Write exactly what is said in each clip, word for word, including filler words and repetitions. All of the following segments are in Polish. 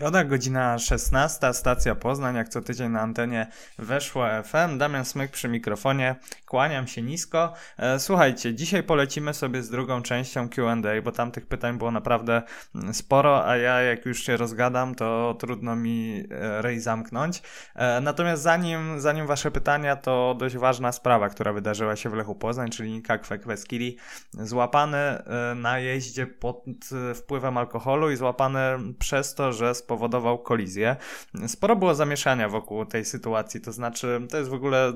Środa, godzina szesnasta, stacja Poznań, jak co tydzień na antenie Weszło F M. Damian Smyk przy mikrofonie, kłaniam się nisko. E, słuchajcie, dzisiaj polecimy sobie z drugą częścią Q and A, bo tam tych pytań było naprawdę sporo, a ja jak już się rozgadam, to trudno mi e, rej zamknąć. E, natomiast zanim, zanim wasze pytania, to dość ważna sprawa, która wydarzyła się w Lechu Poznań, czyli Nika Kweskweskiri złapany e, na jeździe pod e, wpływem alkoholu i złapany przez to, że spowodował kolizję. Sporo było zamieszania wokół tej sytuacji, to znaczy to jest w ogóle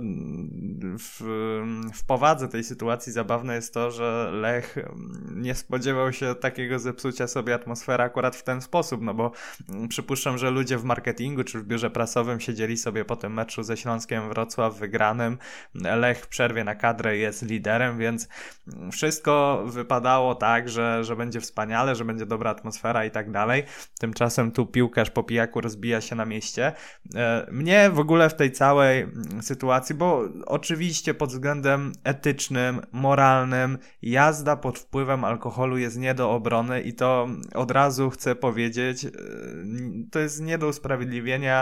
w, w powadze tej sytuacji zabawne jest to, że Lech nie spodziewał się takiego zepsucia sobie atmosfery akurat w ten sposób, no bo przypuszczam, że ludzie w marketingu czy w biurze prasowym siedzieli sobie po tym meczu ze Śląskiem Wrocław wygranym. Lech w przerwie na kadrę jest liderem, więc wszystko wypadało tak, że, że będzie wspaniale, że będzie dobra atmosfera i tak dalej. Tymczasem tu piłkarz po pijaku rozbija się na mieście. Mnie w ogóle w tej całej sytuacji, bo oczywiście pod względem etycznym, moralnym, jazda pod wpływem alkoholu jest nie do obrony i to od razu chcę powiedzieć, to jest nie do usprawiedliwienia,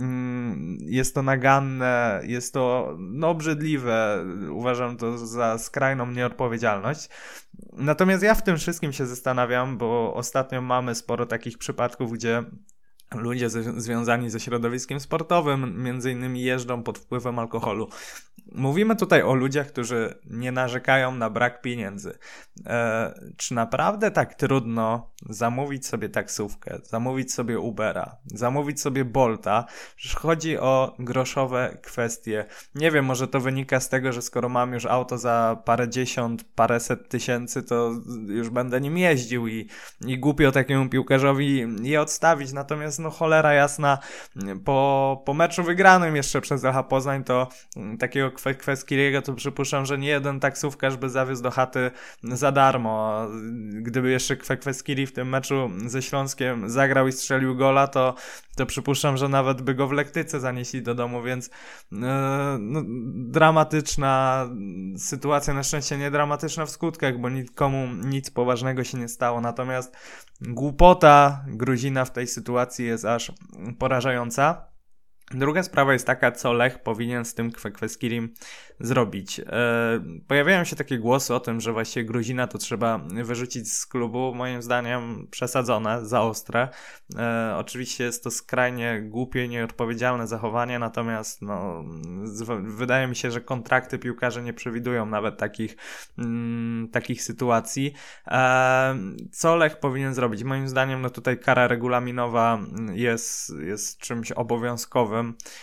jest to naganne, jest to no, obrzydliwe, uważam to za skrajną nieodpowiedzialność. Natomiast ja w tym wszystkim się zastanawiam, bo ostatnio mamy sporo takich przypadków, gdzie ludzie ze, związani ze środowiskiem sportowym między innymi jeżdżą pod wpływem alkoholu. Mówimy tutaj o ludziach, którzy nie narzekają na brak pieniędzy. E, czy naprawdę tak trudno zamówić sobie taksówkę, zamówić sobie Ubera, zamówić sobie Bolta? Przecież chodzi o groszowe kwestie. Nie wiem, może to wynika z tego, że skoro mam już auto za parędziesiąt, paręset tysięcy, to już będę nim jeździł i, i głupio takiemu piłkarzowi je odstawić. Natomiast no cholera jasna, po, po meczu wygranym jeszcze przez Lecha Poznań, to takiego Kweskweskiriego to przypuszczam, że nie jeden taksówkarz by zawiózł do chaty za darmo. Gdyby jeszcze Kweskweskiri w tym meczu ze Śląskiem zagrał i strzelił gola, to, to przypuszczam, że nawet by go w lektyce zanieśli do domu, więc yy, no, dramatyczna sytuacja, na szczęście nie dramatyczna w skutkach, bo nikomu nic poważnego się nie stało, natomiast głupota Gruzina w tej sytuacji jest aż porażająca. Druga sprawa jest taka, co Lech powinien z tym Kweskweskirim zrobić. E, pojawiają się takie głosy o tym, że właściwie Gruzina to trzeba wyrzucić z klubu. Moim zdaniem przesadzone, za ostre. E, oczywiście jest to skrajnie głupie i nieodpowiedzialne zachowanie, natomiast no, z, wydaje mi się, że kontrakty piłkarze nie przewidują nawet takich, mm, takich sytuacji. E, co Lech powinien zrobić? Moim zdaniem no tutaj kara regulaminowa jest, jest czymś obowiązkowym.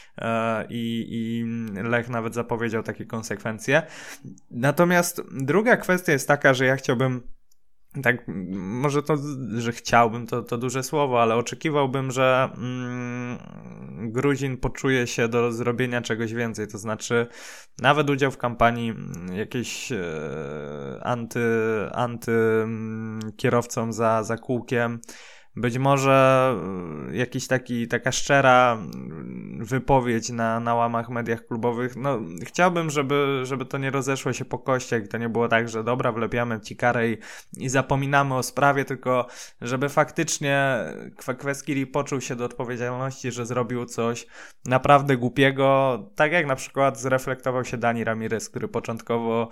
I, i Lech nawet zapowiedział takie konsekwencje. Natomiast druga kwestia jest taka, że ja chciałbym tak, może to, że chciałbym, to, to duże słowo, ale oczekiwałbym, że mm, Gruzin poczuje się do zrobienia czegoś więcej, to znaczy nawet udział w kampanii jakiejś e, anty, anty m, kierowcom za, za kółkiem. Być może jakiś taki, taka szczera wypowiedź na, na łamach mediach klubowych. No, chciałbym, żeby, żeby to nie rozeszło się po kościach, to nie było tak, że dobra, wlepiamy ci karę i, i zapominamy o sprawie, tylko żeby faktycznie Kweskweskiri poczuł się do odpowiedzialności, że zrobił coś naprawdę głupiego, tak jak na przykład zreflektował się Dani Ramirez, który początkowo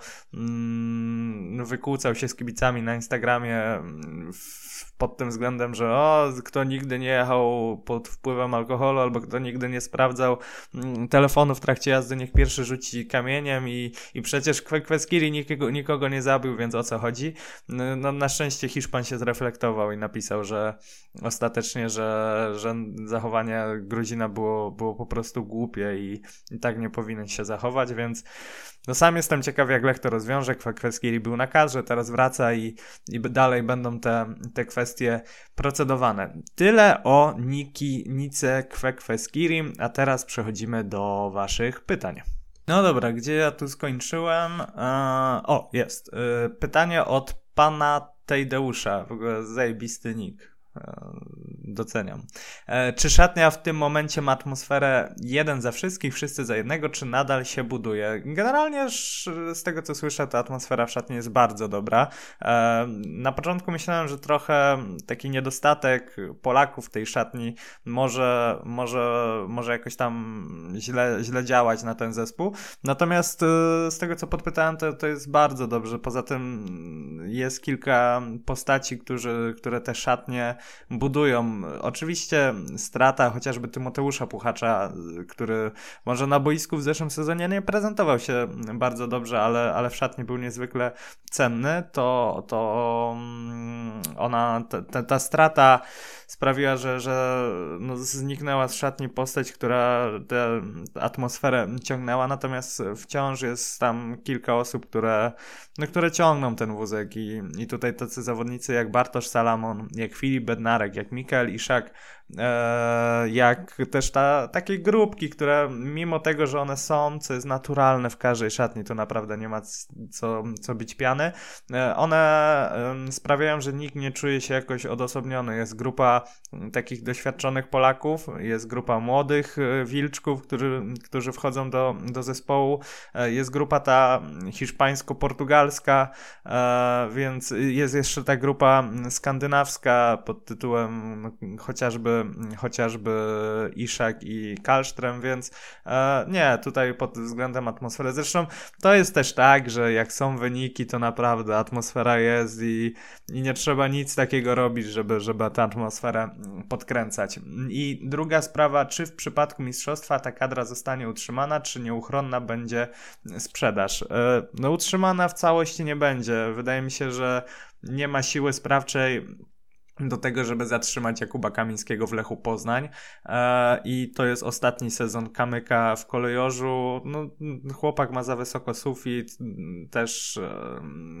mm, wykłócał się z kibicami na Instagramie w, pod tym względem, że o, kto nigdy nie jechał pod wpływem alkoholu, albo kto nigdy nie sprawdzał mm, telefonu w trakcie jazdy, niech pierwszy rzuci kamieniem i, i przecież Kweskweskiri nikogo, nikogo nie zabił, więc o co chodzi? No, na szczęście Hiszpan się zreflektował i napisał, że ostatecznie, że, że zachowanie Gruzina było, było po prostu głupie i, i tak nie powinien się zachować, więc no sam jestem ciekaw, jak Lech to rozwiąże. Kweskweskiri był na kadrze, teraz wraca i, i dalej będą te, te kwestie procedowane. Tyle o Niki, Nice Kweskweskirim, a teraz przechodzimy do waszych pytań. No dobra, gdzie ja tu skończyłem? Eee, o, jest. Eee, pytanie od pana Tejdeusza, w ogóle zajebisty nick. doceniam. E, czy szatnia w tym momencie ma atmosferę jeden za wszystkich, wszyscy za jednego, czy nadal się buduje? Generalnie z tego co słyszę, ta atmosfera w szatni jest bardzo dobra. E, na początku myślałem, że trochę taki niedostatek Polaków w tej szatni może, może, może jakoś tam źle, źle działać na ten zespół. Natomiast e, z tego co podpytałem, to, to jest bardzo dobrze. Poza tym jest kilka postaci, którzy, które te szatnie budują. Oczywiście strata chociażby Tymoteusza Puchacza, który może na boisku w zeszłym sezonie nie prezentował się bardzo dobrze, ale, ale w szatni był niezwykle cenny, to, to ona, ta, ta strata sprawiła, że, że no zniknęła z szatni postać, która tę atmosferę ciągnęła, natomiast wciąż jest tam kilka osób, które, no, które ciągną ten wózek i, i tutaj tacy zawodnicy jak Bartosz Salamon, jak Filip Bednarek, jak Mikael Iszak, e, jak też ta, takie grupki, które mimo tego, że one są, co jest naturalne w każdej szatni, to naprawdę nie ma co, co być piany, e, one e, sprawiają, że nikt nie czuje się jakoś odosobniony. Jest grupa takich doświadczonych Polaków, jest grupa młodych wilczków, którzy, którzy wchodzą do, do zespołu, jest grupa ta hiszpańsko-portugalska, więc jest jeszcze ta grupa skandynawska pod tytułem chociażby, chociażby Iszak i Kallström, więc nie, tutaj pod względem atmosfery. Zresztą to jest też tak, że jak są wyniki, to naprawdę atmosfera jest i, i nie trzeba nic takiego robić, żeby, żeby ta atmosfera podkręcać. I druga sprawa, czy w przypadku mistrzostwa ta kadra zostanie utrzymana, czy nieuchronna będzie sprzedaż? No utrzymana w całości nie będzie. Wydaje mi się, że nie ma siły sprawczej do tego, żeby zatrzymać Jakuba Kamińskiego w Lechu Poznań e, i to jest ostatni sezon Kamyka w Kolejorzu. No, chłopak ma za wysoko sufit, też e,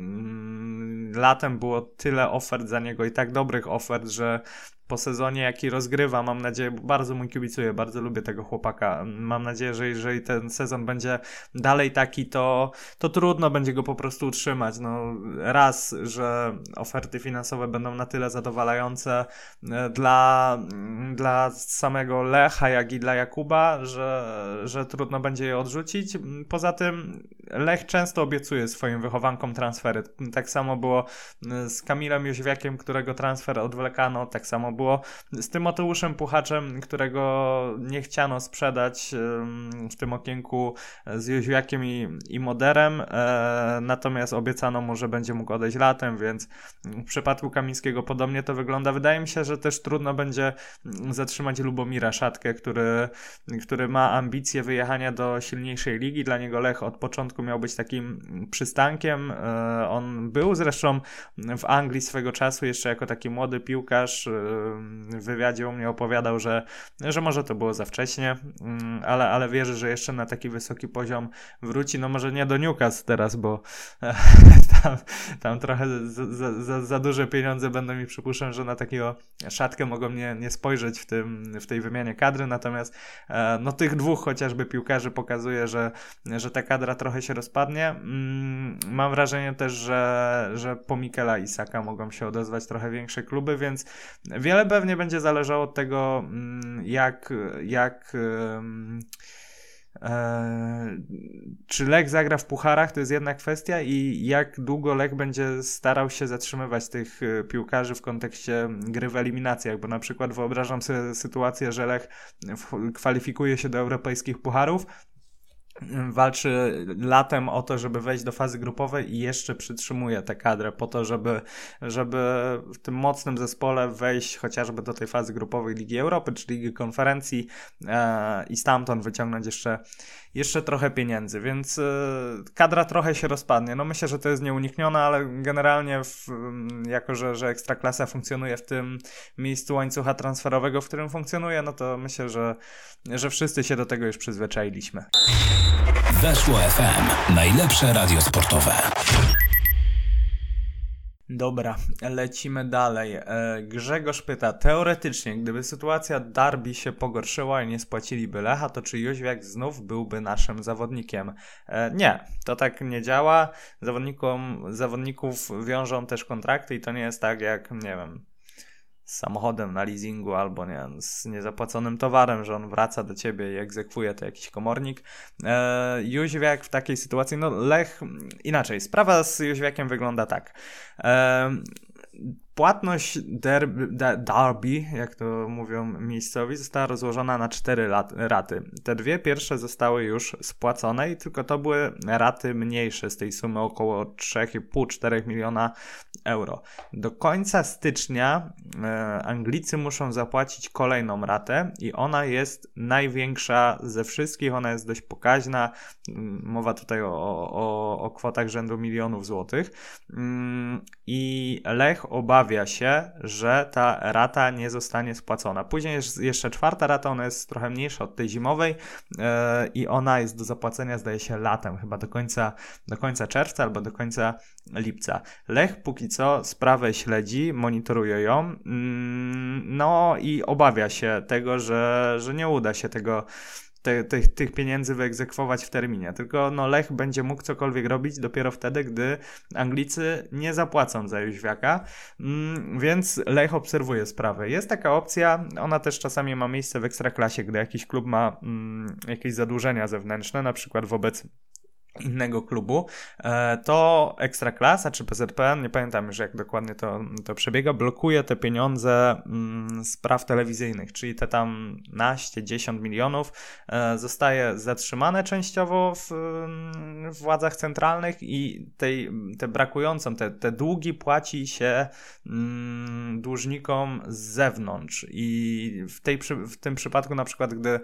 latem było tyle ofert za niego i tak dobrych ofert, że po sezonie, jaki rozgrywa, mam nadzieję, bardzo mu kibicuję, bardzo lubię tego chłopaka. Mam nadzieję, że jeżeli ten sezon będzie dalej taki, to, to trudno będzie go po prostu utrzymać. No, raz, że oferty finansowe będą na tyle zadowalające dla, dla samego Lecha, jak i dla Jakuba, że, że trudno będzie je odrzucić. Poza tym Lech często obiecuje swoim wychowankom transfery. Tak samo było z Kamilem Jóźwiakiem, którego transfer odwlekano, tak samo było z Tymoteuszem Puchaczem, którego nie chciano sprzedać w tym okienku z Jóźwiakiem i, i Moderem, e, natomiast obiecano mu, że będzie mógł odejść latem, więc w przypadku Kamińskiego podobnie to wygląda. Wydaje mi się, że też trudno będzie zatrzymać Lubomira Szatkę, który, który ma ambicje wyjechania do silniejszej ligi. Dla niego Lech od początku miał być takim przystankiem. E, on był zresztą w Anglii swego czasu jeszcze jako taki młody piłkarz. W wywiadzie u mnie opowiadał, że, że może to było za wcześnie, ale, ale wierzy, że jeszcze na taki wysoki poziom wróci. No może nie do Newcastle teraz, bo tam, tam trochę za, za, za duże pieniądze będą mi, przypuszczam, że na takiego Szatkę mogą nie, nie spojrzeć w, tym, w tej wymianie kadry, natomiast no tych dwóch chociażby piłkarzy pokazuje, że, że ta kadra trochę się rozpadnie. Mam wrażenie też, że, że po Mikela Isaka mogą się odezwać trochę większe kluby, więc wiele pewnie będzie zależało od tego, jak, jak e, czy Lech zagra w pucharach, to jest jedna kwestia, i jak długo Lech będzie starał się zatrzymywać tych piłkarzy w kontekście gry w eliminacjach, bo na przykład wyobrażam sobie sytuację, że Lech kwalifikuje się do europejskich pucharów, walczy latem o to, żeby wejść do fazy grupowej i jeszcze przytrzymuje tę kadrę po to, żeby, żeby w tym mocnym zespole wejść chociażby do tej fazy grupowej Ligi Europy czy Ligi Konferencji e, i stamtąd wyciągnąć jeszcze, jeszcze trochę pieniędzy, więc e, kadra trochę się rozpadnie. No myślę, że to jest nieuniknione, ale generalnie w, jako, że, że Ekstraklasa funkcjonuje w tym miejscu łańcucha transferowego, w którym funkcjonuje, no to myślę, że, że wszyscy się do tego już przyzwyczailiśmy. Weszło F M. Najlepsze radio sportowe. Dobra, lecimy dalej. Grzegorz pyta, teoretycznie, gdyby sytuacja derby się pogorszyła i nie spłaciliby Lecha, to czy Jóźwiak znów byłby naszym zawodnikiem? Nie, to tak nie działa. Zawodnikom, zawodników wiążą też kontrakty i to nie jest tak jak, nie wiem, z samochodem na leasingu albo nie wiem, z niezapłaconym towarem, że on wraca do ciebie i egzekwuje to jakiś komornik. E, Jóźwiak w takiej sytuacji, no Lech, inaczej, sprawa z Jóźwiakiem wygląda tak. E, Płatność derby, derby, jak to mówią miejscowi, została rozłożona na cztery lat, raty. Te dwie pierwsze zostały już spłacone i tylko to były raty mniejsze z tej sumy około trzy i pół do czterech miliona euro. Do końca stycznia e, Anglicy muszą zapłacić kolejną ratę i ona jest największa ze wszystkich, ona jest dość pokaźna. Mowa tutaj o, o, o kwotach rzędu milionów złotych. I Lech obawia się, że ta rata nie zostanie spłacona. Później jest jeszcze czwarta rata, ona jest trochę mniejsza od tej zimowej yy, i ona jest do zapłacenia, zdaje się, latem, chyba do końca, do końca czerwca albo do końca lipca. Lech póki co sprawę śledzi, monitoruje ją, yy, no i obawia się tego, że, że nie uda się tego Te, te, tych pieniędzy wyegzekwować w terminie. Tylko no, Lech będzie mógł cokolwiek robić dopiero wtedy, gdy Anglicy nie zapłacą za Jóźwiaka, mm, więc Lech obserwuje sprawę. Jest taka opcja, ona też czasami ma miejsce w Ekstraklasie, gdy jakiś klub ma mm, jakieś zadłużenia zewnętrzne, na przykład wobec innego klubu, to Ekstraklasa czy P Z P N, nie pamiętam już jak dokładnie to, to przebiega, blokuje te pieniądze z praw telewizyjnych, czyli te tam naście, dziesięć milionów zostaje zatrzymane częściowo w, w władzach centralnych i tej, te brakującą, te, te długi płaci się mm, dłużnikom z zewnątrz i w, tej, w tym przypadku na przykład, gdy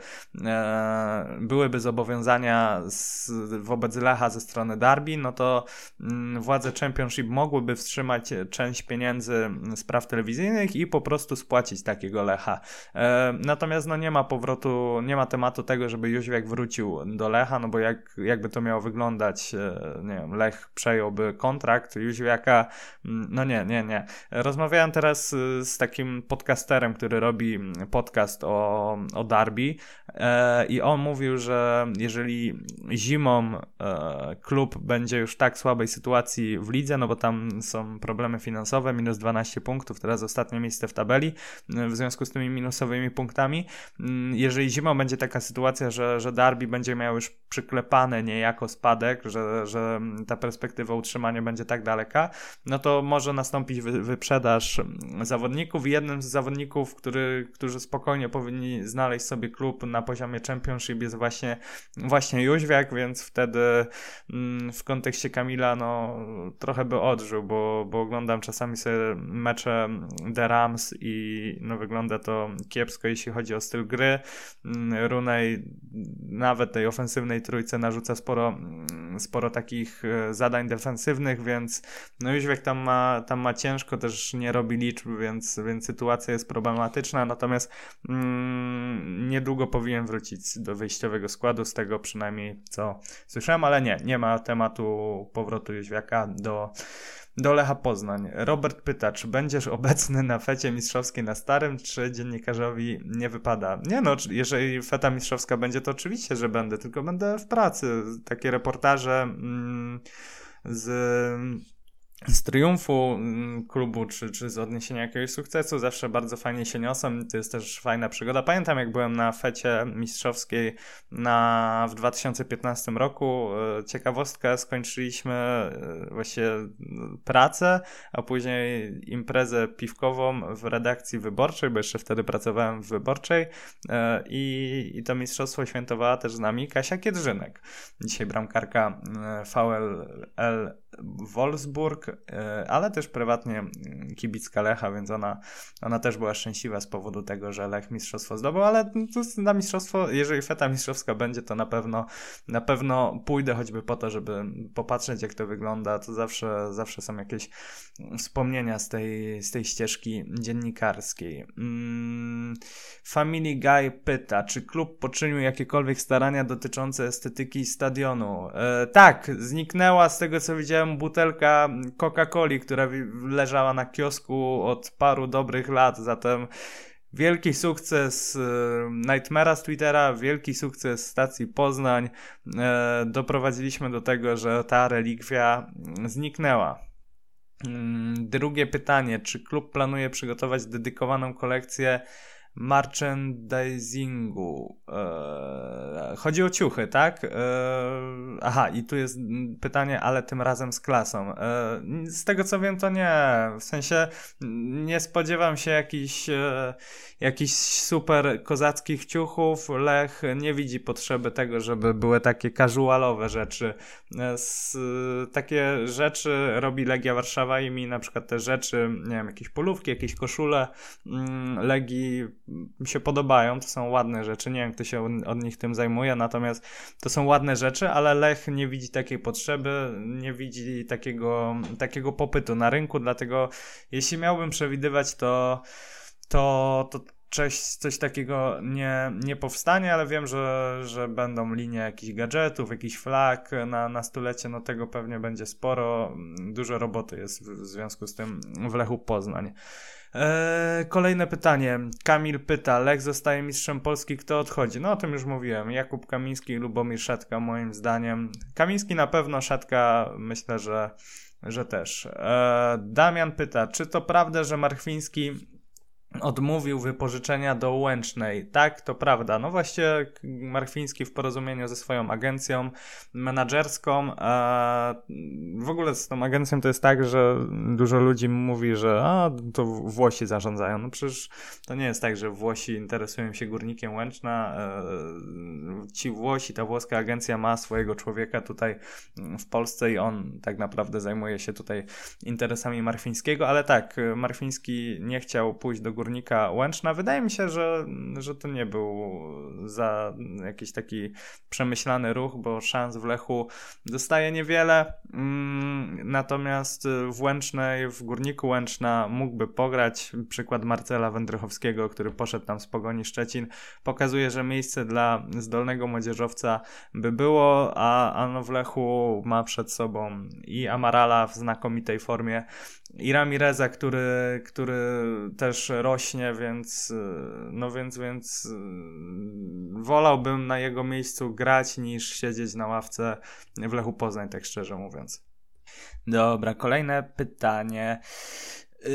e, byłyby zobowiązania z, wobec Lecha ze strony Derby, no to mm, władze Championship mogłyby wstrzymać część pieniędzy z praw telewizyjnych i po prostu spłacić takiego Lecha. E, natomiast no nie ma powrotu, nie ma tematu tego, żeby Jóźwiak wrócił do Lecha, no bo jak, jakby to miało wyglądać, e, nie wiem, Lech przejąłby kontrakt Jóźwiaka, no nie, nie, nie. Rozmawiałem teraz z takim podcasterem, który robi podcast o, o Derby e, i on mówił, że jeżeli zimą e, klub będzie już w tak słabej sytuacji w lidze, no bo tam są problemy finansowe, minus dwanaście punktów, teraz ostatnie miejsce w tabeli, w związku z tymi minusowymi punktami. Jeżeli zimą będzie taka sytuacja, że, że Derby będzie miał już przyklepane niejako spadek, że, że ta perspektywa utrzymania będzie tak daleka, no to może nastąpić wy, wyprzedaż zawodników i jednym z zawodników, który, którzy spokojnie powinni znaleźć sobie klub na poziomie Championship jest właśnie, właśnie Jóźwiak, więc wtedy w kontekście Kamila no trochę by odżył, bo, bo oglądam czasami sobie mecze The Rams i no wygląda to kiepsko, jeśli chodzi o styl gry. Rooney nawet tej ofensywnej trójce narzuca sporo, sporo takich zadań defensywnych, więc no Jóźwiak tam ma, tam ma ciężko, też nie robi liczb, więc, więc sytuacja jest problematyczna, natomiast mm, niedługo powinien wrócić do wyjściowego składu, z tego przynajmniej co słyszałem, ale nie, nie ma tematu powrotu Jóźwiaka do, do Lecha Poznań. Robert pyta, czy będziesz obecny na fecie mistrzowskiej na Starym, czy dziennikarzowi nie wypada? Nie no, jeżeli feta mistrzowska będzie, to oczywiście, że będę, tylko będę w pracy. Takie reportaże mm, z... z triumfu klubu, czy, czy z odniesienia jakiegoś sukcesu zawsze bardzo fajnie się niosą. To jest też fajna przygoda. Pamiętam, jak byłem na fecie mistrzowskiej na, w dwa tysiące piętnastym roku. Ciekawostka, skończyliśmy właśnie pracę, a później imprezę piwkową w redakcji Wyborczej, bo jeszcze wtedy pracowałem w Wyborczej i, i to mistrzostwo świętowała też z nami Kasia Kiedrzynek. Dzisiaj bramkarka V L L Wolfsburg, ale też prywatnie kibicka Lecha, więc ona, ona też była szczęśliwa z powodu tego, że Lech mistrzostwo zdobył, ale na mistrzostwo, jeżeli feta mistrzowska będzie, to na pewno na pewno pójdę, choćby po to, żeby popatrzeć, jak to wygląda. To zawsze, zawsze są jakieś wspomnienia z tej, z tej ścieżki dziennikarskiej. Mm, Family Guy pyta, czy klub poczynił jakiekolwiek starania dotyczące estetyki stadionu? E, tak, zniknęła z tego, co widziałem, butelka Coca-Coli, która leżała na kiosku od paru dobrych lat, zatem wielki sukces Nightmare'a z Twittera, wielki sukces stacji Poznań. E, doprowadziliśmy do tego, że ta relikwia zniknęła. Drugie pytanie, czy klub planuje przygotować dedykowaną kolekcję merchandisingu? Eee, chodzi o ciuchy, tak? Eee, aha, i tu jest pytanie, ale tym razem z klasą. Eee, z tego co wiem, to nie. W sensie nie spodziewam się jakichś, e, jakichś super kozackich ciuchów. Lech nie widzi potrzeby tego, żeby były takie casualowe rzeczy. E, z, takie rzeczy robi Legia Warszawa i mi na przykład te rzeczy, nie wiem, jakieś polówki, jakieś koszule mm, Legii mi się podobają, to są ładne rzeczy, nie wiem kto się od, od nich tym zajmuje, natomiast to są ładne rzeczy, ale Lech nie widzi takiej potrzeby, nie widzi takiego, takiego popytu na rynku, dlatego jeśli miałbym przewidywać, to to, to coś, coś takiego nie, nie powstanie, ale wiem, że, że będą linie jakichś gadżetów, jakichś flag na, na stulecie, no tego pewnie będzie sporo, dużo roboty jest w, w związku z tym w Lechu Poznań. Eee, kolejne pytanie. Kamil pyta, Lech zostaje mistrzem Polski, kto odchodzi? No o tym już mówiłem. Jakub Kamiński, Lubomir Szatka moim zdaniem. Kamiński na pewno, Szatka myślę, że, że też. Eee, Damian pyta, czy to prawda, że Marchwiński odmówił wypożyczenia do Łęcznej? Tak, to prawda. No właśnie Marchwiński w porozumieniu ze swoją agencją menadżerską, a w ogóle z tą agencją to jest tak, że dużo ludzi mówi, że a, to Włosi zarządzają. No przecież to nie jest tak, że Włosi interesują się Górnikiem Łęczna. Ci Włosi, ta włoska agencja ma swojego człowieka tutaj w Polsce i on tak naprawdę zajmuje się tutaj interesami Marchwińskiego, ale tak, Marchwiński nie chciał pójść do Górnika Łęczna. Wydaje mi się, że, że to nie był za jakiś taki przemyślany ruch, bo szans w Lechu dostaje niewiele, mm, natomiast w Łęcznej, w Górniku Łęczna mógłby pograć. Przykład Marcela Wędrychowskiego, który poszedł tam z Pogoni Szczecin, pokazuje, że miejsce dla zdolnego młodzieżowca by było, a, a no w Lechu ma przed sobą i Amarala w znakomitej formie, i Ramireza, który, który też rośnie, więc no więc, więc wolałbym na jego miejscu grać niż siedzieć na ławce w Lechu Poznań, tak szczerze mówiąc. Dobra, kolejne pytanie. Yy...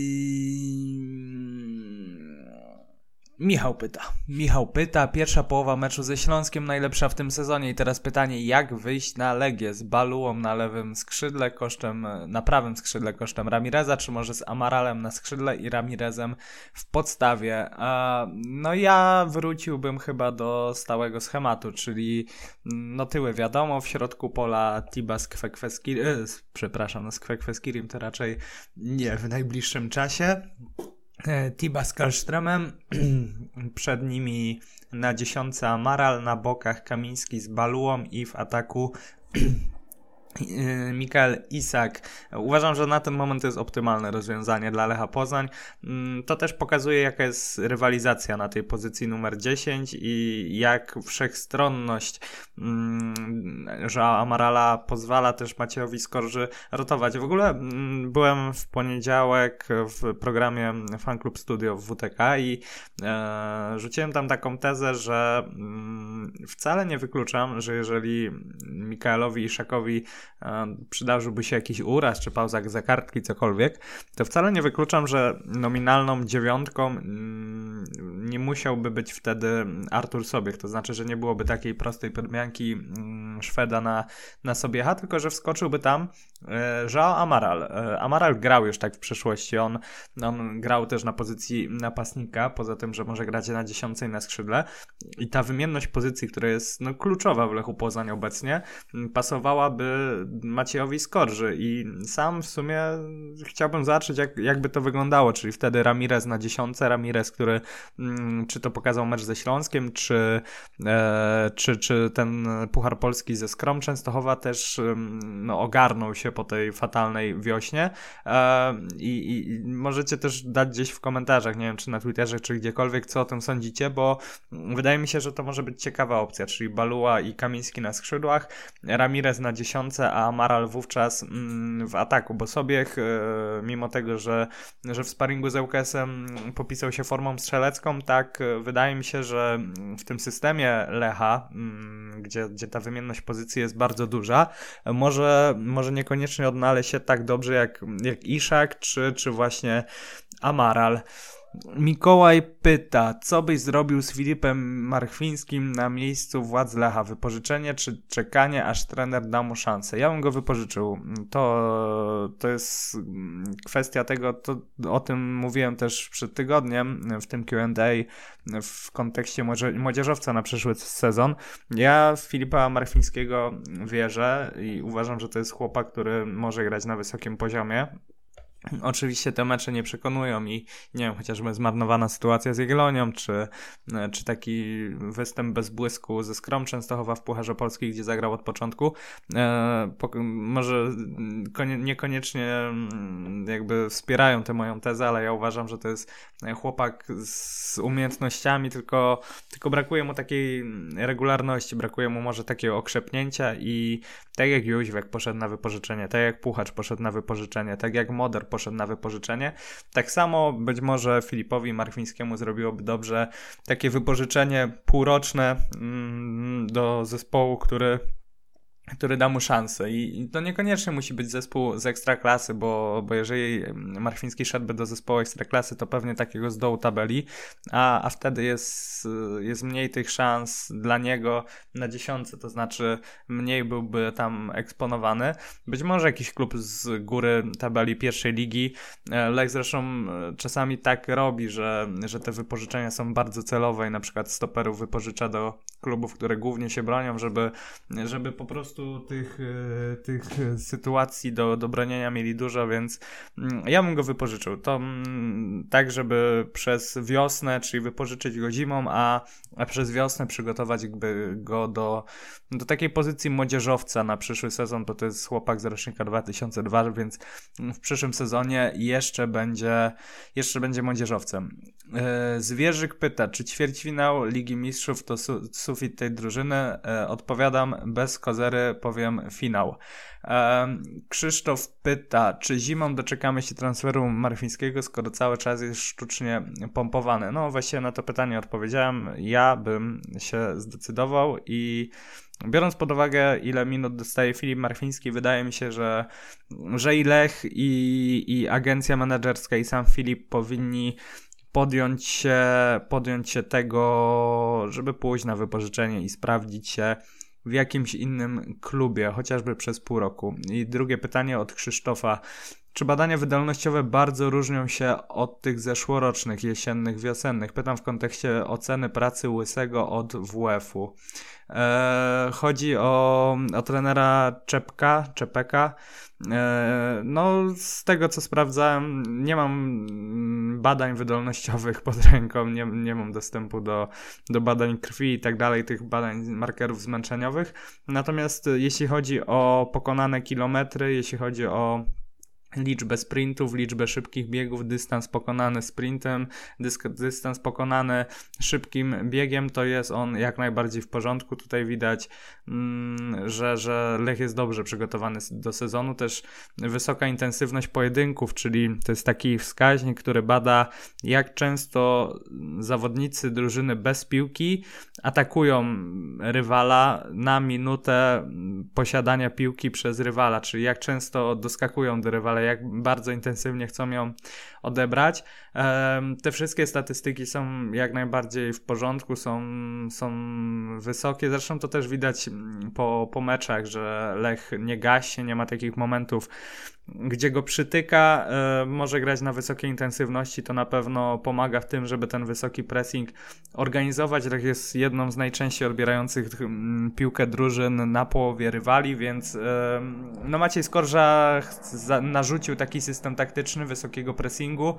Michał pyta. Michał pyta, pierwsza połowa meczu ze Śląskiem najlepsza w tym sezonie i teraz pytanie, jak wyjść na Legię z Baluą na lewym skrzydle kosztem, na prawym skrzydle kosztem Ramireza, czy może z Amaralem na skrzydle i Ramirezem w podstawie? A, no ja wróciłbym chyba do stałego schematu, czyli no tyły wiadomo, w środku pola Tiba z Kwekweskirim, e, przepraszam, no z Kwekweskirim to raczej nie w najbliższym czasie. Tiba z Kallströmem, przed nimi na dziesiątce Amaral, na bokach Kamiński z Baluą i w ataku Mikael Isak. Uważam, że na ten moment to jest optymalne rozwiązanie dla Lecha Poznań. To też pokazuje, jaka jest rywalizacja na tej pozycji numer dziesięć i jak wszechstronność że Amarala pozwala też Maciejowi Skorży rotować. W ogóle byłem w poniedziałek w programie Fan Club Studio w W T K i e, rzuciłem tam taką tezę, że mm, wcale nie wykluczam, że jeżeli Mikaelowi Isakowi przydarzyłby się jakiś uraz, czy pauza za kartki, cokolwiek, to wcale nie wykluczam, że nominalną dziewiątką nie musiałby być wtedy Artur Sobiech, to znaczy, że nie byłoby takiej prostej podmianki Szweda na, na Sobiecha, tylko że wskoczyłby tam João Amaral. Amaral grał już tak w przeszłości, on, on grał też na pozycji napastnika, poza tym, że może grać na dziesiątce i na skrzydle i ta wymienność pozycji, która jest no, kluczowa w Lechu Poznań obecnie, pasowałaby Maciejowi Skorży i sam w sumie chciałbym zobaczyć, jak, jakby to wyglądało, czyli wtedy Ramirez na dziesiątce, Ramirez, który mm, czy to pokazał mecz ze Śląskiem, czy, e, czy, czy ten Puchar Polski ze Skrom Częstochowa też mm, no, ogarnął się po tej fatalnej wiośnie e, i, i możecie też dać gdzieś w komentarzach, nie wiem, czy na Twitterze, czy gdziekolwiek, co o tym sądzicie, bo wydaje mi się, że to może być ciekawa opcja, czyli Balua i Kamiński na skrzydłach, Ramirez na dziesiątce, obrońcę, a Amaral wówczas w ataku, bo Sobiech, mimo tego, że, że w sparingu z ŁKS-em popisał się formą strzelecką, tak wydaje mi się, że w tym systemie Lecha, gdzie, gdzie ta wymienność pozycji jest bardzo duża, może, może niekoniecznie odnaleźć się tak dobrze jak, jak Iszak, czy, czy właśnie Amaral. Mikołaj pyta, co byś zrobił z Filipem Marchwińskim na miejscu władz Lecha? Wypożyczenie czy czekanie, aż trener da mu szansę? Ja bym go wypożyczył. To, to jest kwestia tego, to o tym mówiłem też przed tygodniem w tym Q and A w kontekście młodzieżowca na przyszły sezon. Ja w Filipa Marchwińskiego wierzę i uważam, że to jest chłopak, który może grać na wysokim poziomie. Oczywiście te mecze nie przekonują i nie wiem, chociażby zmarnowana sytuacja z Jagiellonią, czy, czy taki występ bez błysku ze Skrom Częstochowa w Pucharze Polski, gdzie zagrał od początku. E, po, może konie, niekoniecznie jakby wspierają tę moją tezę, ale ja uważam, że to jest chłopak z umiejętnościami, tylko, tylko brakuje mu takiej regularności, brakuje mu może takiego okrzepnięcia i tak jak Jóźwek poszedł na wypożyczenie, tak jak Puchacz poszedł na wypożyczenie, tak jak Moder poszedł na wypożyczenie, tak samo być może Filipowi Marchwińskiemu zrobiłoby dobrze takie wypożyczenie półroczne mm, do zespołu, który który da mu szansę i to niekoniecznie musi być zespół z Ekstraklasy, bo, bo jeżeli Marchwiński szedłby do zespołu Ekstraklasy, to pewnie takiego z dołu tabeli, a, a wtedy jest, jest mniej tych szans dla niego na dziesiątce, to znaczy mniej byłby tam eksponowany. Być może jakiś klub z góry tabeli pierwszej ligi. Lech zresztą czasami tak robi, że, że te wypożyczenia są bardzo celowe i na przykład stoperów wypożycza do klubów, które głównie się bronią, żeby, żeby po prostu tych, tych sytuacji do, do bronienia mieli dużo, więc ja bym go wypożyczył. To tak, żeby przez wiosnę, czyli wypożyczyć go zimą, a, a przez wiosnę przygotować jakby go do, do takiej pozycji młodzieżowca na przyszły sezon, bo to jest chłopak z rocznika dwa tysiące drugiego, więc w przyszłym sezonie jeszcze będzie, jeszcze będzie młodzieżowcem. Zwierzyk pyta, czy ćwierćfinał Ligi Mistrzów to su- sufit tej drużyny? Odpowiadam bez kozery, powiem finał. Krzysztof pyta, czy zimą doczekamy się transferu Marchwińskiego, skoro cały czas jest sztucznie pompowany? No właśnie na to pytanie odpowiedziałem. Ja bym się zdecydował i biorąc pod uwagę, ile minut dostaje Filip Marchwiński, wydaje mi się, że, że i Lech, i, i agencja menedżerska, i sam Filip powinni podjąć się, podjąć się tego, żeby pójść na wypożyczenie i sprawdzić się w jakimś innym klubie, chociażby przez pół roku. I drugie pytanie od Krzysztofa. Czy badania wydolnościowe bardzo różnią się od tych zeszłorocznych, jesiennych, wiosennych? Pytam w kontekście oceny pracy Łysego od W F-u. Eee, chodzi o, o trenera Czepka, Czepeka. Eee, no, z tego co sprawdzałem, nie mam badań wydolnościowych pod ręką, nie, nie mam dostępu do, do badań krwi i tak dalej, tych badań markerów zmęczeniowych. Natomiast jeśli chodzi o pokonane kilometry, jeśli chodzi o liczbę sprintów, liczbę szybkich biegów, dystans pokonany sprintem, dysk, dystans pokonany szybkim biegiem, to jest on jak najbardziej w porządku. Tutaj widać, mm, że, że Lech jest dobrze przygotowany do sezonu. Też wysoka intensywność pojedynków, czyli to jest taki wskaźnik, który bada, jak często zawodnicy drużyny bez piłki atakują rywala na minutę posiadania piłki przez rywala, czyli jak często doskakują do rywala, jak bardzo intensywnie chcą ją odebrać. Te wszystkie statystyki są jak najbardziej w porządku, są, są wysokie. Zresztą to też widać po, po meczach, że Lech nie gaśnie, nie ma takich momentów, gdzie go przytyka, e, może grać na wysokiej intensywności, to na pewno pomaga w tym, żeby ten wysoki pressing organizować. Lech jest jedną z najczęściej odbierających m, piłkę drużyn na połowie rywali, więc e, no Maciej Skorża za, narzucił taki system taktyczny wysokiego pressingu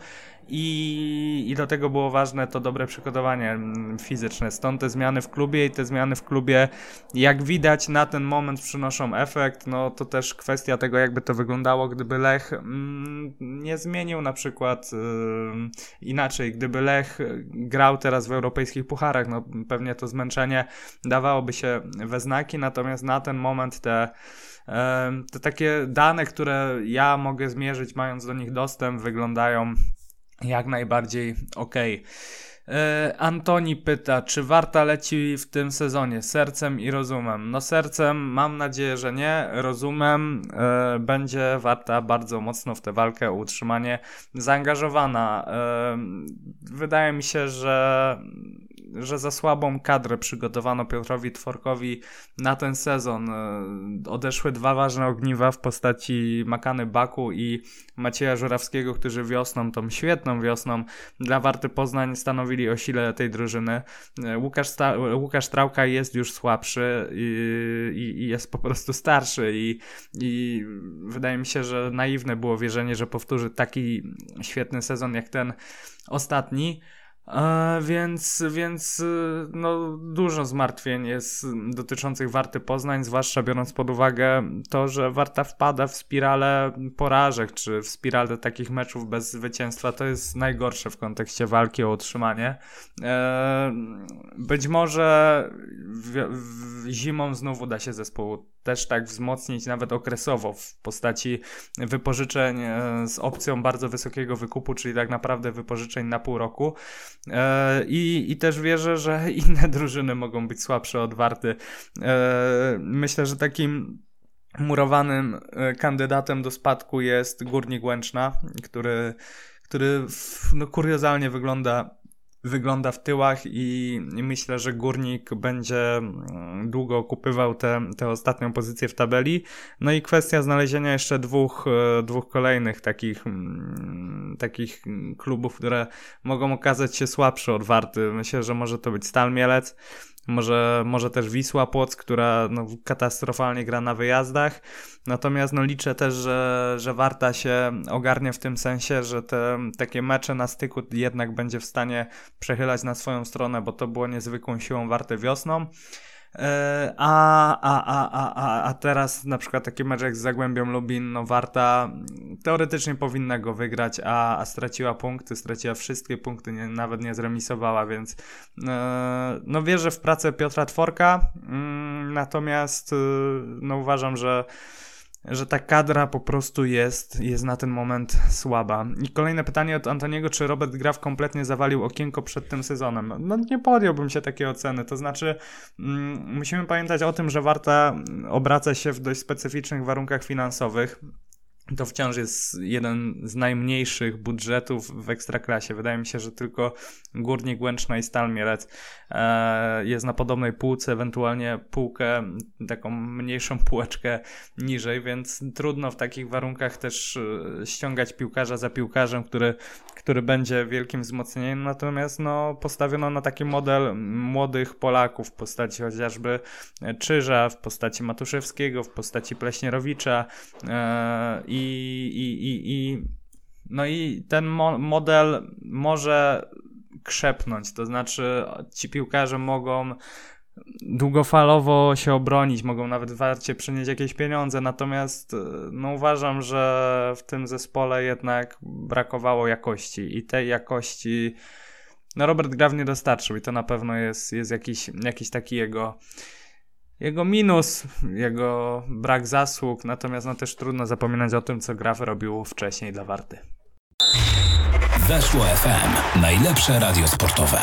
i, i do tego było ważne to dobre przygotowanie fizyczne. Stąd te zmiany w klubie i te zmiany w klubie, jak widać, na ten moment przynoszą efekt. No to też kwestia tego, jakby to wyglądało, gdyby Lech mm, nie zmienił na przykład yy, inaczej, gdyby Lech grał teraz w europejskich pucharach, no pewnie to zmęczenie dawałoby się we znaki, natomiast na ten moment te te takie dane, które ja mogę zmierzyć, mając do nich dostęp, wyglądają jak najbardziej okej. E, Antoni pyta, czy Warta leci w tym sezonie sercem i rozumem? No sercem mam nadzieję, że nie. Rozumem e, będzie Warta bardzo mocno w tę walkę o utrzymanie zaangażowana. E, wydaje mi się, że że za słabą kadrę przygotowano Piotrowi Tworkowi na ten sezon. Odeszły dwa ważne ogniwa w postaci Makany Baku i Macieja Żurawskiego, którzy wiosną, tą świetną wiosną dla Warty Poznań stanowili o sile tej drużyny. Łukasz, Sta- Łukasz Trałka jest już słabszy i, i, i jest po prostu starszy i, i wydaje mi się, że naiwne było wierzenie, że powtórzy taki świetny sezon jak ten ostatni. E, więc, więc no, dużo zmartwień jest dotyczących Warty Poznań, zwłaszcza biorąc pod uwagę to, że Warta wpada w spiralę porażek, czy w spiralę takich meczów bez zwycięstwa. To jest najgorsze w kontekście walki o utrzymanie. E, być może w, w, zimą znów uda się zespołu też tak wzmocnić, nawet okresowo, w postaci wypożyczeń z opcją bardzo wysokiego wykupu, czyli tak naprawdę wypożyczeń na pół roku. I, i też wierzę, że inne drużyny mogą być słabsze od Warty. Myślę, że takim murowanym kandydatem do spadku jest Górnik Łęczna, który, który no, kuriozalnie wygląda wygląda w tyłach i myślę, że Górnik będzie długo okupywał tę te, ostatnią pozycję w tabeli. No i kwestia znalezienia jeszcze dwóch, dwóch kolejnych takich, takich klubów, które mogą okazać się słabsze od Warty. Myślę, że może to być Stal Mielec, może, może też Wisła Płock, która no, katastrofalnie gra na wyjazdach. Natomiast no, liczę też, że, że Warta się ogarnie w tym sensie, że te takie mecze na styku jednak będzie w stanie przechylać na swoją stronę, bo to było niezwykłą siłą Warty wiosną. A, a, a, a, a, a teraz na przykład taki mecz jak z Zagłębią Lubin, no Warta teoretycznie powinna go wygrać, a, a straciła punkty, straciła wszystkie punkty, nie, nawet nie zremisowała, więc no wierzę w pracę Piotra Tworka, natomiast no uważam, że że ta kadra po prostu jest, jest na ten moment słaba. I kolejne pytanie od Antoniego, czy Robert Graf kompletnie zawalił okienko przed tym sezonem? No nie podjąłbym się takiej oceny, to znaczy mm, musimy pamiętać o tym, że Warta obraca się w dość specyficznych warunkach finansowych. To wciąż jest jeden z najmniejszych budżetów w Ekstraklasie. Wydaje mi się, że tylko Górnik Łęczna i Stal Mielec e, jest na podobnej półce, ewentualnie półkę, taką mniejszą półeczkę niżej, więc trudno w takich warunkach też e, ściągać piłkarza za piłkarzem, który, który będzie wielkim wzmocnieniem. Natomiast no, postawiono na taki model młodych Polaków w postaci chociażby Czyża, w postaci Matuszewskiego, w postaci Pleśnierowicza e, I, i, i, i, no i ten mo- model może krzepnąć, to znaczy ci piłkarze mogą długofalowo się obronić, mogą nawet Warcie przynieść jakieś pieniądze, natomiast no uważam, że w tym zespole jednak brakowało jakości i tej jakości no Robert Graf nie dostarczył i to na pewno jest, jest jakiś, jakiś taki jego Jego minus, jego brak zasług, natomiast no też trudno zapominać o tym, co Graf robił wcześniej dla Warty. Weszło F M. Najlepsze radio sportowe.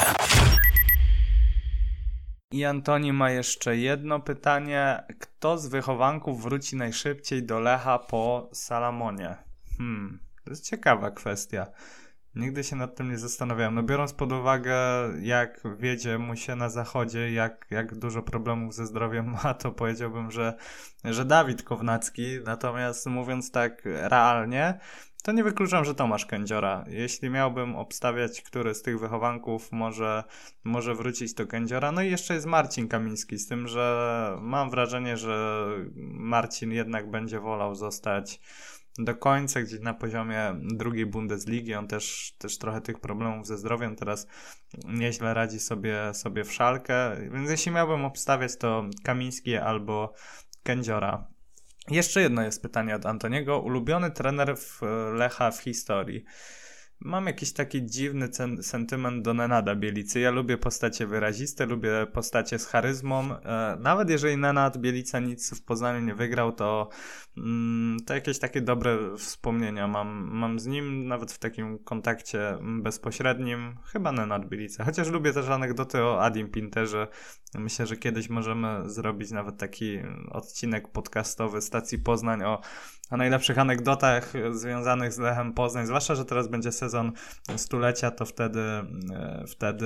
I Antoni ma jeszcze jedno pytanie. Kto z wychowanków wróci najszybciej do Lecha po Salamonie? Hmm, to jest ciekawa kwestia. Nigdy się nad tym nie zastanawiałem. No biorąc pod uwagę, jak wiedzie mu się na zachodzie, jak, jak dużo problemów ze zdrowiem ma, to powiedziałbym, że, że Dawid Kownacki. Natomiast mówiąc tak realnie, to nie wykluczam, że Tomasz Kędziora. Jeśli miałbym obstawiać, który z tych wychowanków może, może wrócić, to Kędziora. No i jeszcze jest Marcin Kamiński, z tym, że mam wrażenie, że Marcin jednak będzie wolał zostać do końca, gdzieś na poziomie drugiej Bundesligi. On też, też trochę tych problemów ze zdrowiem teraz nieźle radzi sobie, sobie w Szalkę, więc jeśli miałbym obstawiać, to Kamiński albo Kędziora. Jeszcze jedno jest pytanie od Antoniego. Ulubiony trener w Lecha w historii? mam jakiś taki dziwny sen- sentyment do Nenada Bielicy. Ja lubię postacie wyraziste, lubię postacie z charyzmą. E, nawet jeżeli Nenad Bielica nic w Poznaniu nie wygrał, to, mm, to jakieś takie dobre wspomnienia mam, mam z nim, nawet w takim kontakcie bezpośrednim. Chyba Nenad Bielica. Chociaż lubię też anegdoty o Adim Pinterze. Myślę, że kiedyś możemy zrobić nawet taki odcinek podcastowy Stacji Poznań o, o najlepszych anegdotach związanych z Lechem Poznań, zwłaszcza, że teraz będzie sezon stulecia, to wtedy wtedy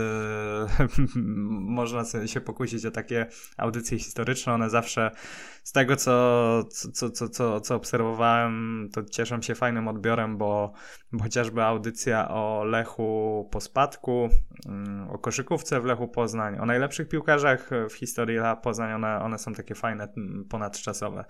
można sobie się pokusić o takie audycje historyczne. One zawsze z tego, co, co, co, co, co obserwowałem, to cieszą się fajnym odbiorem, bo, bo chociażby audycja o Lechu po spadku, o koszykówce w Lechu Poznań, o najlepszych piłkarzach w historii Lecha Poznań, one, one są takie fajne, ponadczasowe.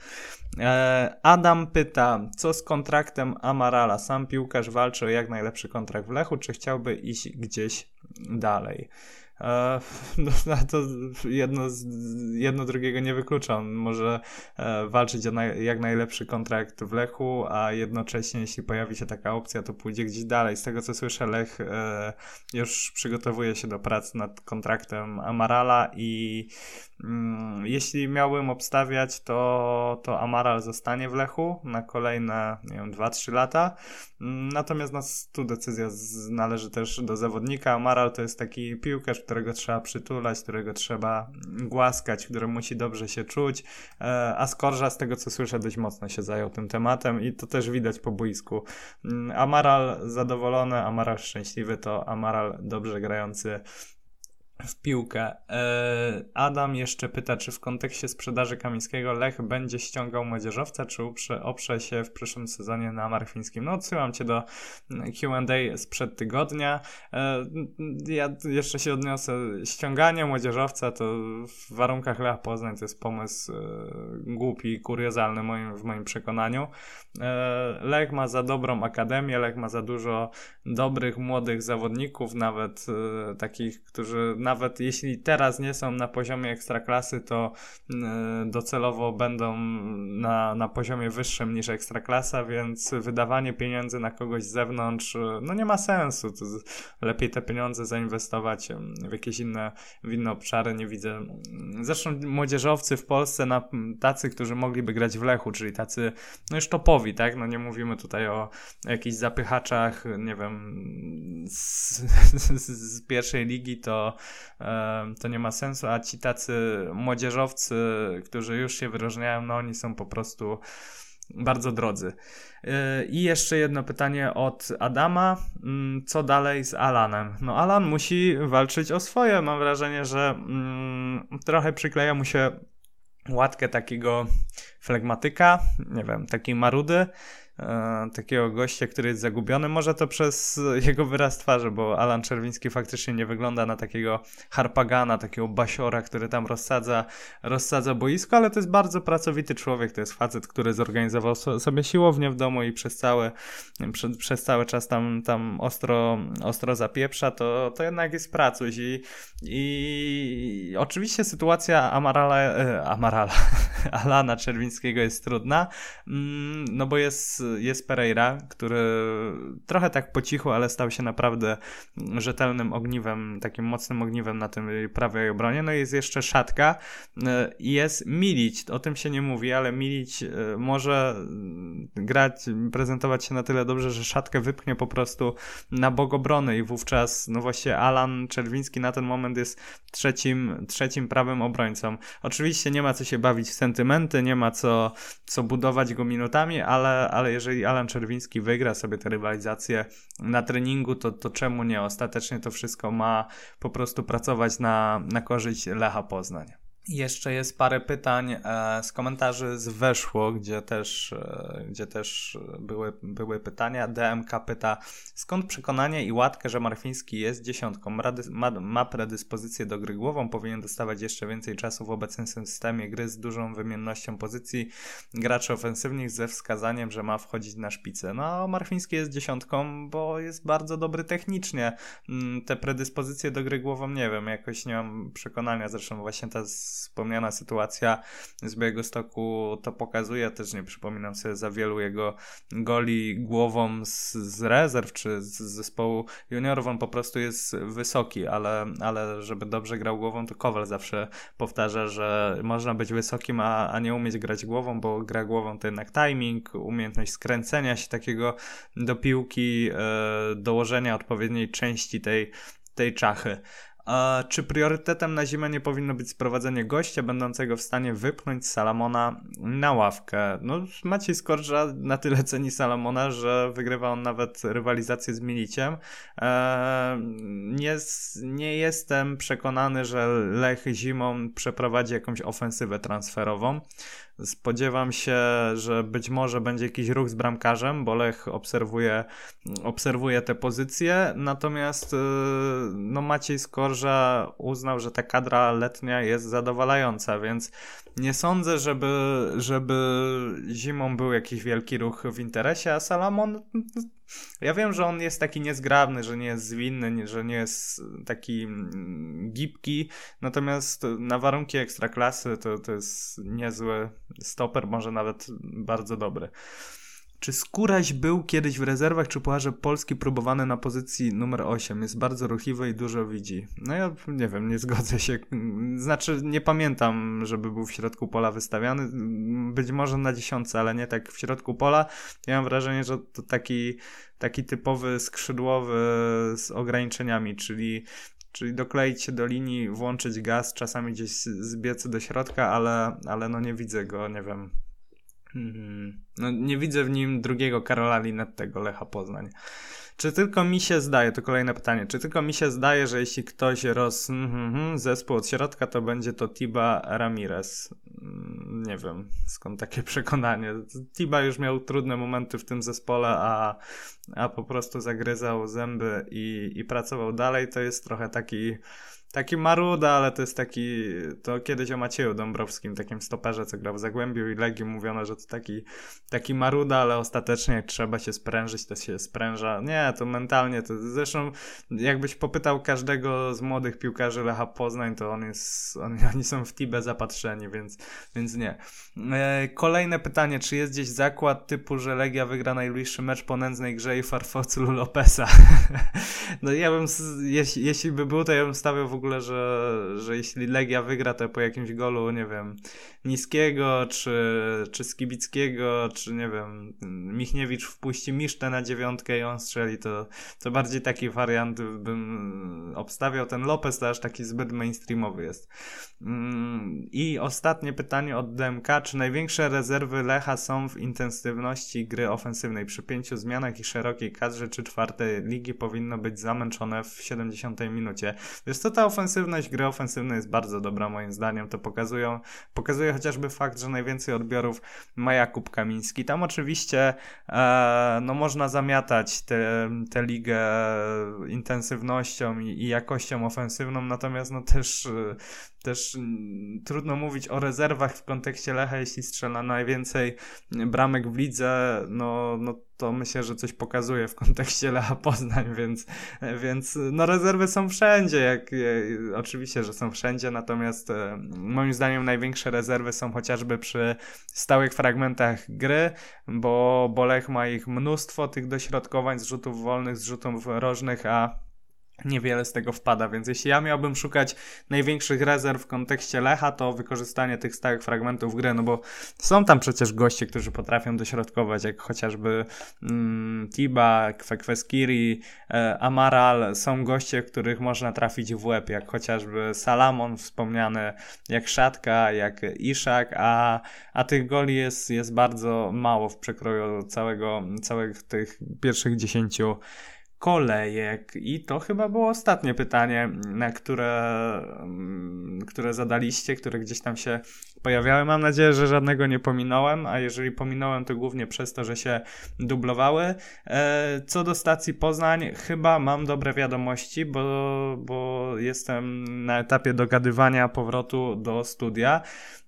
Adam pyta, co z kontraktem Amarala? Sam piłkarz walczy o jak najlepszy kontrakt w Lechu, czy chciałby iść gdzieś dalej? E, no, to jedno, jedno drugiego nie wyklucza. On może e, walczyć o naj, jak najlepszy kontrakt w Lechu, a jednocześnie jeśli pojawi się taka opcja, to pójdzie gdzieś dalej. Z tego co słyszę, Lech e, już przygotowuje się do prac nad kontraktem Amarala i mm, jeśli miałbym obstawiać, to, to Amaral zostanie w Lechu na kolejne, nie wiem, dwa trzy lata. Natomiast no, tu decyzja z, należy też do zawodnika. Amaral to jest taki piłkarz, którego trzeba przytulać, którego trzeba głaskać, który musi dobrze się czuć, a Skorża, z tego co słyszę, dość mocno się zajął tym tematem i to też widać po boisku. Amaral zadowolony, Amaral szczęśliwy, to Amaral dobrze grający w piłkę. Adam jeszcze pyta, czy w kontekście sprzedaży Kamińskiego Lech będzie ściągał młodzieżowca, czy uprze, oprze się w przyszłym sezonie na Marchwińskim. No odsyłam cię do Q and A sprzed tygodnia. Ja jeszcze się odniosę. Ściąganie młodzieżowca to w warunkach Lecha Poznań to jest pomysł głupi, kuriozalny moim, w moim przekonaniu. Lech ma za dobrą akademię, Lech ma za dużo dobrych, młodych zawodników, nawet takich, którzy nawet jeśli teraz nie są na poziomie ekstraklasy, to docelowo będą na, na poziomie wyższym niż ekstraklasa, więc wydawanie pieniędzy na kogoś z zewnątrz no nie ma sensu. To lepiej te pieniądze zainwestować w jakieś inne, w inne obszary. Nie widzę. Zresztą młodzieżowcy w Polsce, na, tacy, którzy mogliby grać w Lechu, czyli tacy no już topowi, tak? No nie mówimy tutaj o jakichś zapychaczach, nie wiem, z, z, z pierwszej ligi, to to nie ma sensu, a ci tacy młodzieżowcy, którzy już się wyróżniają, no oni są po prostu bardzo drodzy. I jeszcze jedno pytanie od Adama. Co dalej z Alanem? No Alan musi walczyć o swoje. Mam wrażenie, że mm, trochę przykleja mu się łatkę takiego flegmatyka, nie wiem, takiej marudy, e, takiego gościa, który jest zagubiony. Może to przez jego wyraz twarzy, bo Alan Czerwiński faktycznie nie wygląda na takiego harpagana, takiego basiora, który tam rozsadza, rozsadza boisko, ale to jest bardzo pracowity człowiek. To jest facet, który zorganizował so, sobie siłownię w domu i przez cały, przez, przez cały czas tam, tam ostro, ostro zapieprza. To, to jednak jest pracuś i, i oczywiście sytuacja Amarala, e, Amarala Alana Czerwińskiego jest trudna, no bo jest, jest Pereira, który trochę tak po cichu, ale stał się naprawdę rzetelnym ogniwem, takim mocnym ogniwem na tym prawej obronie. No i jest jeszcze Szatka i jest Milić, o tym się nie mówi, ale Milić może grać, prezentować się na tyle dobrze, że Szatkę wypchnie po prostu na bok obrony i wówczas no właśnie Alan Czerwiński na ten moment jest trzecim, trzecim prawym obrońcą. Oczywiście nie ma co się bawić w sentymenty, nie ma co, co budować go minutami, ale, ale jeżeli Alan Czerwiński wygra sobie tę rywalizację na treningu, to, to czemu nie? Ostatecznie to wszystko ma po prostu pracować na, na korzyść Lecha Poznań. Jeszcze jest parę pytań e, z komentarzy z Weszło, gdzie też, e, gdzie też były, były pytania. D M K pyta, skąd przekonanie i łatkę, że Marchwiński jest dziesiątką? Ma, ma predyspozycję do gry głową, powinien dostawać jeszcze więcej czasu w obecnym systemie gry z dużą wymiennością pozycji graczy ofensywnych ze wskazaniem, że ma wchodzić na szpicę. No, Marchwiński jest dziesiątką, bo jest bardzo dobry technicznie. Te predyspozycje do gry głową nie wiem, jakoś nie mam przekonania, zresztą właśnie ta z wspomniana sytuacja z Białegostoku to pokazuje. Też nie przypominam sobie za wielu jego goli głową z, z rezerw czy z zespołu juniorów. On po prostu jest wysoki, ale, ale żeby dobrze grał głową, to Kowal zawsze powtarza, że można być wysokim, a, a nie umieć grać głową, bo gra głową to jednak timing, umiejętność skręcenia się takiego do piłki, e, dołożenia odpowiedniej części tej, tej czachy. A czy priorytetem na zimę nie powinno być sprowadzenie gościa będącego w stanie wypchnąć Salamona na ławkę? No, Maciej Skorża na tyle ceni Salamona, że wygrywa on nawet rywalizację z Miliciem. Eee, nie, nie jestem przekonany, że Lech zimą przeprowadzi jakąś ofensywę transferową. Spodziewam się, że być może będzie jakiś ruch z bramkarzem, bo Lech obserwuje, obserwuje te pozycje, natomiast no, Maciej Skorża uznał, że ta kadra letnia jest zadowalająca, więc nie sądzę, żeby, żeby zimą był jakiś wielki ruch w interesie, a Salamon, ja wiem, że on jest taki niezgrabny, że nie jest zwinny, że nie jest taki gibki, natomiast na warunki ekstraklasy to, to jest niezły stoper, może nawet bardzo dobry. Czy Skóraś był kiedyś w rezerwach, czy Pucharze Polski próbowany na pozycji numer osiem? Jest bardzo ruchliwy i dużo widzi. No ja nie wiem, nie zgodzę się. Znaczy nie pamiętam, żeby był w środku pola wystawiany. Być może na dziesiątce, ale nie tak w środku pola. Ja mam wrażenie, że to taki, taki typowy skrzydłowy z ograniczeniami, czyli Czyli dokleić się do linii, włączyć gaz, czasami gdzieś zbiec do środka, ale, ale no nie widzę go, nie wiem. No nie widzę w nim drugiego Karola Linettego, Lecha Poznań. Czy tylko mi się zdaje, to kolejne pytanie, czy tylko mi się zdaje, że jeśli ktoś roz mm, zespół od środka, to będzie to Tiba Ramirez? Nie wiem, skąd takie przekonanie. Tiba już miał trudne momenty w tym zespole, a, a po prostu zagryzał zęby i, i pracował dalej. To jest trochę taki... Taki maruda, ale to jest taki, to kiedyś o Macieju Dąbrowskim, takim stoperze, co grał w Zagłębiu i Legii, mówiono, że to taki, taki maruda, ale ostatecznie jak trzeba się sprężyć, to się spręża. Nie, to mentalnie, to zresztą jakbyś popytał każdego z młodych piłkarzy Lecha Poznań, to on jest, on, oni są w Tibę zapatrzeni, więc, więc nie. E, kolejne pytanie, czy jest gdzieś zakład typu, że Legia wygra najbliższy mecz po nędznej grze i farfocu Lopesa? No ja bym, jeśli, jeśli by był, to ja bym stawiał w ogóle ogóle, że, że jeśli Legia wygra, to po jakimś golu, nie wiem, Niskiego, czy, czy Skibickiego, czy nie wiem, Michniewicz wpuści Misztę na dziewiątkę i on strzeli, to, to bardziej taki wariant bym obstawiał. Ten Lopez to aż taki zbyt mainstreamowy jest. I ostatnie pytanie od D M K. Czy największe rezerwy Lecha są w intensywności gry ofensywnej? Przy pięciu zmianach i szerokiej kadrze czy czwartej ligi powinno być zamęczone w siedemdziesiątej minucie. Wiesz co, ta ofensywność gry ofensywnej jest bardzo dobra moim zdaniem. To pokazują, pokazuje chociażby fakt, że najwięcej odbiorów ma Jakub Kamiński. Tam oczywiście e, no można zamiatać tę ligę intensywnością i, i jakością ofensywną, natomiast no też Też trudno mówić o rezerwach w kontekście Lecha, jeśli strzela najwięcej bramek w lidze, no, no to myślę, że coś pokazuje w kontekście Lecha Poznań, więc, więc no rezerwy są wszędzie, jak, oczywiście, że są wszędzie, natomiast moim zdaniem największe rezerwy są chociażby przy stałych fragmentach gry, bo, bo Lech ma ich mnóstwo, tych dośrodkowań, zrzutów wolnych, zrzutów rożnych, a niewiele z tego wpada, więc jeśli ja miałbym szukać największych rezerw w kontekście Lecha, to wykorzystanie tych stałych fragmentów gry, no bo są tam przecież goście, którzy potrafią dośrodkować, jak chociażby mm, Tiba, Kwekweskiri, e, Amaral, są goście, których można trafić w łeb, jak chociażby Salamon wspomniany, jak Szatka, jak Iszak, a, a tych goli jest, jest bardzo mało w przekroju całego, całych tych pierwszych dziesięciu kolejek. I to chyba było ostatnie pytanie, na które, które zadaliście, które gdzieś tam się pojawiały. Mam nadzieję, że żadnego nie pominąłem, a jeżeli pominąłem, to głównie przez to, że się dublowały. Co do stacji Poznań, chyba mam dobre wiadomości, bo, bo jestem na etapie dogadywania powrotu do studia.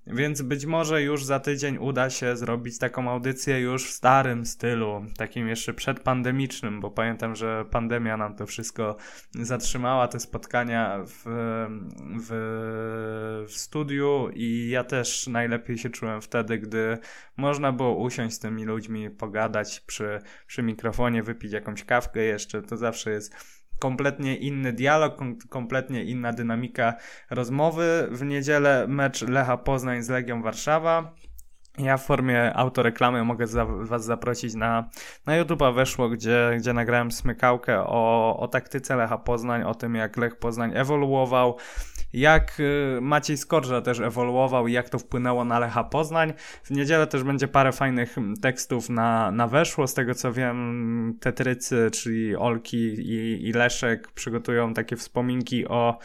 więc być może już za tydzień uda się zrobić taką audycję już w starym stylu, takim jeszcze przedpandemicznym, bo pamiętam, że pandemia nam to wszystko zatrzymała, te spotkania w, w, w studiu i ja też najlepiej się czułem wtedy, gdy można było usiąść z tymi ludźmi, pogadać przy, przy mikrofonie, wypić jakąś kawkę jeszcze, to zawsze jest kompletnie inny dialog, kom- kompletnie inna dynamika rozmowy. W niedzielę mecz Lecha Poznań z Legią Warszawa. Ja w formie autoreklamy mogę za, was zaprosić na, na YouTube'a Weszło, gdzie, gdzie nagrałem smykałkę o, o taktyce Lecha Poznań, o tym jak Lech Poznań ewoluował, jak y, Maciej Skorża też ewoluował i jak to wpłynęło na Lecha Poznań. W niedzielę też będzie parę fajnych tekstów na, na Weszło. Z tego co wiem, Tetrycy, czyli Olki i, i Leszek przygotują takie wspominki o,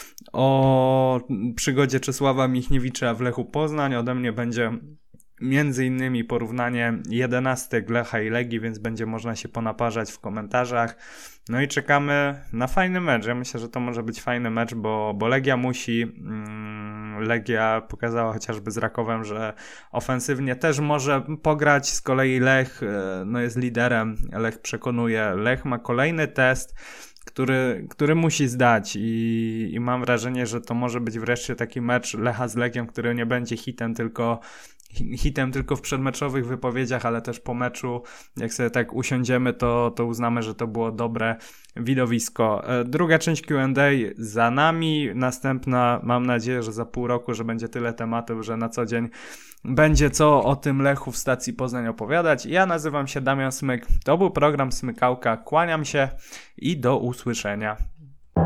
o przygodzie Czesława Michniewicza w Lechu Poznań. Ode mnie będzie między innymi porównanie jedenastek Lecha i Legii, więc będzie można się ponaparzać w komentarzach. No i czekamy na fajny mecz. Ja myślę, że to może być fajny mecz, bo, bo Legia musi. Mm, Legia pokazała chociażby z Rakowem, że ofensywnie też może pograć. Z kolei Lech no jest liderem. Lech przekonuje. Lech ma kolejny test, który, który musi zdać i, i mam wrażenie, że to może być wreszcie taki mecz Lecha z Legią, który nie będzie hitem tylko hitem tylko w przedmeczowych wypowiedziach, ale też po meczu, jak sobie tak usiądziemy, to, to uznamy, że to było dobre widowisko. Druga część Q and A za nami, następna mam nadzieję, że za pół roku, że będzie tyle tematów, że na co dzień będzie co o tym Lechu w stacji Poznań opowiadać. Ja nazywam się Damian Smyk, to był program Smykałka, kłaniam się i do usłyszenia.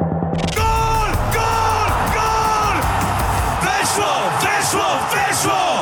Gol! Gol! Gol! Weszło! Weszło! Weszło!